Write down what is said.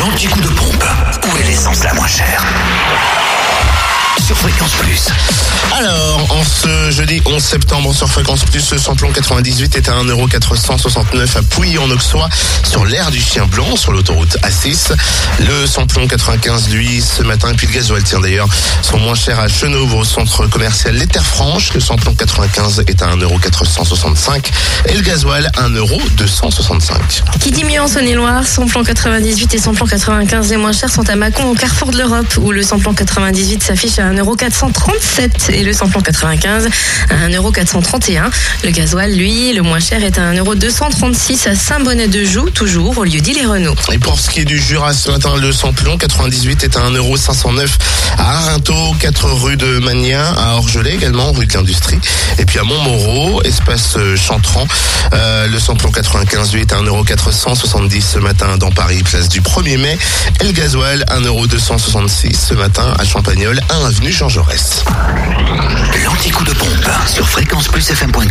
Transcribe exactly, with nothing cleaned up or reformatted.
L'anti-coup de pompe. Où est l'essence la moins chère? Sur Fréquence Plus. Alors, en ce jeudi onze septembre sur Fréquence Plus, ce samplon quatre-vingt-dix-huit est à un euro quatre cent soixante-neuf à Pouilly-en-Auxois, sur l'aire du Chien Blanc, sur l'autoroute A six. Le samplon quatre-vingt-quinze, lui, ce matin, et puis le gasoil, tiens d'ailleurs, sont moins chers à Chenauve, au centre commercial Les Terres Franches. Le samplon quatre-vingt-quinze est à un euro quatre cent soixante-cinq et le gasoil un euro deux cent soixante-cinq. Qui dit mieux en Saône-et-Loire, samplon quatre-vingt-dix-huit et samplon quatre-vingt-quinze les moins chers sont à Mâcon, au carrefour de l'Europe, où le samplon quatre-vingt-dix-huit s'affiche à un euro quatre cent trente-sept et le samplon quatre-vingt-quinze à un euro quatre cent trente et un. Le gasoil, lui, le moins cher est à un euro deux cent trente-six à Saint-Bonnet-de-Joux, toujours au lieu-dit les Renault. Et pour ce qui est du Jura ce matin, le samplon quatre-vingt-dix-huit est à un euro cinq cent neuf à Arinthod, quatre rue de Magnin, à Orgelet également, rue de l'Industrie. Et puis à Montmoreau, espace Chantran, euh, le samplon quatre-vingt-quinze lui est à un euro quatre cent soixante-dix ce matin dans Paris, place du premier mai. Et le gasoil, un euro deux cent soixante-six ce matin à Champagnole, un avenue Jean Jaurès. L'anti-coup de pompe sur fréquence plus f m point